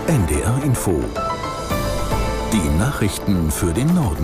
NDR Info. Die Nachrichten für den Norden.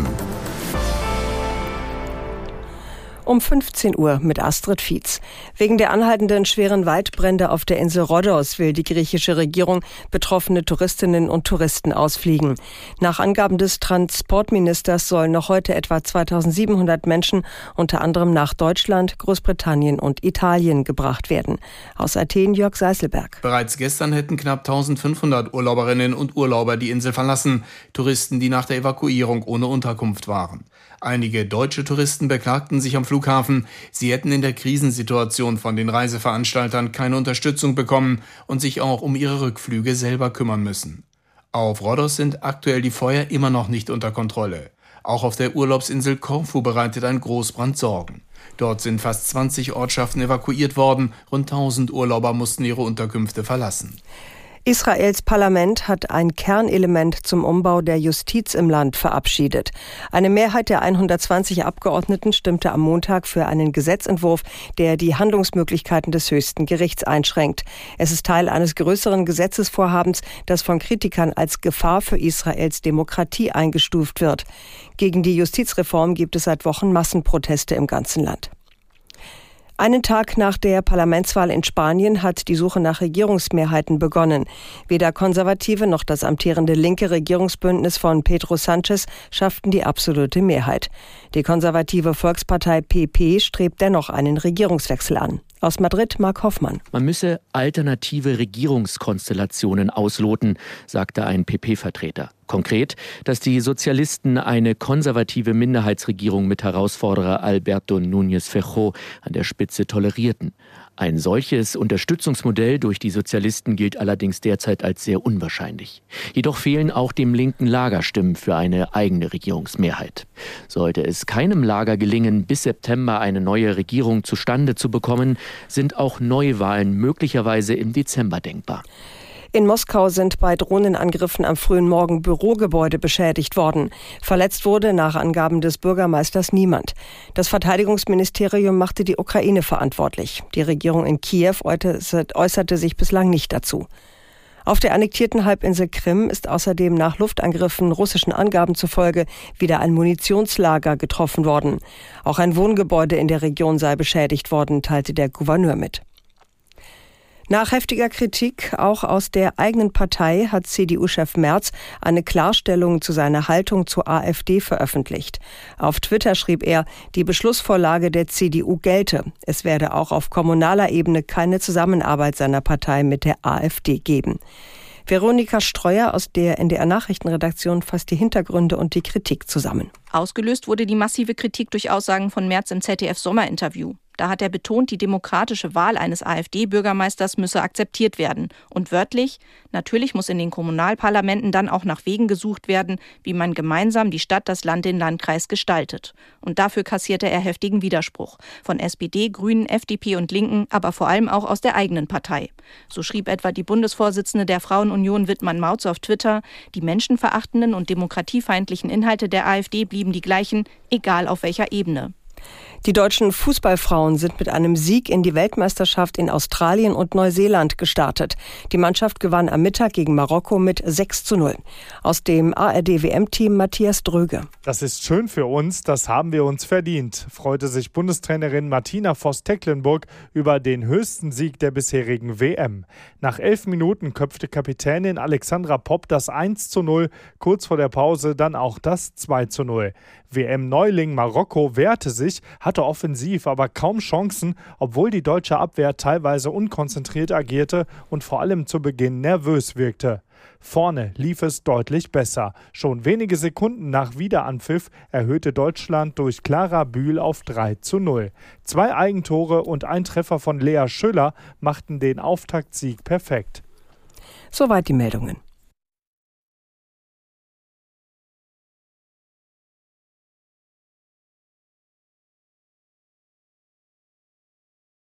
Um 15 Uhr mit Astrid Fietz. Wegen der anhaltenden schweren Waldbrände auf der Insel Rhodos will die griechische Regierung betroffene Touristinnen und Touristen ausfliegen. Nach Angaben des Transportministers sollen noch heute etwa 2700 Menschen unter anderem nach Deutschland, Großbritannien und Italien gebracht werden. Aus Athen Jörg Seißelberg. Bereits gestern hätten knapp 1500 Urlauberinnen und Urlauber die Insel verlassen. Touristen, die nach der Evakuierung ohne Unterkunft waren. Einige deutsche Touristen beklagten sich am Flughafen, sie hätten in der Krisensituation von den Reiseveranstaltern keine Unterstützung bekommen und sich auch um ihre Rückflüge selber kümmern müssen. Auf Rhodos sind aktuell die Feuer immer noch nicht unter Kontrolle. Auch auf der Urlaubsinsel Korfu bereitet ein Großbrand Sorgen. Dort sind fast 20 Ortschaften evakuiert worden, rund 1000 Urlauber mussten ihre Unterkünfte verlassen. Israels Parlament hat ein Kernelement zum Umbau der Justiz im Land verabschiedet. Eine Mehrheit der 120 Abgeordneten stimmte am Montag für einen Gesetzentwurf, der die Handlungsmöglichkeiten des höchsten Gerichts einschränkt. Es ist Teil eines größeren Gesetzesvorhabens, das von Kritikern als Gefahr für Israels Demokratie eingestuft wird. Gegen die Justizreform gibt es seit Wochen Massenproteste im ganzen Land. Einen Tag nach der Parlamentswahl in Spanien hat die Suche nach Regierungsmehrheiten begonnen. Weder Konservative noch das amtierende linke Regierungsbündnis von Pedro Sánchez schafften die absolute Mehrheit. Die konservative Volkspartei PP strebt dennoch einen Regierungswechsel an. Aus Madrid Marc Hoffmann. Man müsse alternative Regierungskonstellationen ausloten, sagte ein PP-Vertreter. Konkret, dass die Sozialisten eine konservative Minderheitsregierung mit Herausforderer Alberto Núñez Feijóo an der Spitze tolerierten. Ein solches Unterstützungsmodell durch die Sozialisten gilt allerdings derzeit als sehr unwahrscheinlich. Jedoch fehlen auch dem linken Lager Stimmen für eine eigene Regierungsmehrheit. Sollte es keinem Lager gelingen, bis September eine neue Regierung zustande zu bekommen, sind auch Neuwahlen möglicherweise im Dezember denkbar. In Moskau sind bei Drohnenangriffen am frühen Morgen Bürogebäude beschädigt worden. Verletzt wurde nach Angaben des Bürgermeisters niemand. Das Verteidigungsministerium machte die Ukraine verantwortlich. Die Regierung in Kiew äußerte sich bislang nicht dazu. Auf der annektierten Halbinsel Krim ist außerdem nach Luftangriffen russischen Angaben zufolge wieder ein Munitionslager getroffen worden. Auch ein Wohngebäude in der Region sei beschädigt worden, teilte der Gouverneur mit. Nach heftiger Kritik, auch aus der eigenen Partei, hat CDU-Chef Merz eine Klarstellung zu seiner Haltung zur AfD veröffentlicht. Auf Twitter schrieb er, die Beschlussvorlage der CDU gelte. Es werde auch auf kommunaler Ebene keine Zusammenarbeit seiner Partei mit der AfD geben. Veronika Streuer aus der NDR-Nachrichtenredaktion fasst die Hintergründe und die Kritik zusammen. Ausgelöst wurde die massive Kritik durch Aussagen von Merz im ZDF-Sommerinterview. Da hat er betont, die demokratische Wahl eines AfD-Bürgermeisters müsse akzeptiert werden. Und wörtlich, natürlich muss in den Kommunalparlamenten dann auch nach Wegen gesucht werden, wie man gemeinsam die Stadt, das Land, den Landkreis gestaltet. Und dafür kassierte er heftigen Widerspruch. Von SPD, Grünen, FDP und Linken, aber vor allem auch aus der eigenen Partei. So schrieb etwa die Bundesvorsitzende der Frauenunion Wittmann-Mautz auf Twitter, die menschenverachtenden und demokratiefeindlichen Inhalte der AfD blieben die gleichen, egal auf welcher Ebene. Die deutschen Fußballfrauen sind mit einem Sieg in die Weltmeisterschaft in Australien und Neuseeland gestartet. Die Mannschaft gewann am Mittag gegen Marokko mit 6:0. Aus dem ARD-WM-Team Matthias Dröge. Das ist schön für uns, das haben wir uns verdient, freute sich Bundestrainerin Martina Voss-Tecklenburg über den höchsten Sieg der bisherigen WM. Nach 11 Minuten köpfte Kapitänin Alexandra Popp das 1:0, kurz vor der Pause dann auch das 2:0. WM-Neuling Marokko wehrte sich, hatte offensiv aber kaum Chancen, obwohl die deutsche Abwehr teilweise unkonzentriert agierte und vor allem zu Beginn nervös wirkte. Vorne lief es deutlich besser. Schon wenige Sekunden nach Wiederanpfiff erhöhte Deutschland durch Clara Bühl auf 3:0. 2 Eigentore und ein Treffer von Lea Schüller machten den Auftaktsieg perfekt. Soweit die Meldungen.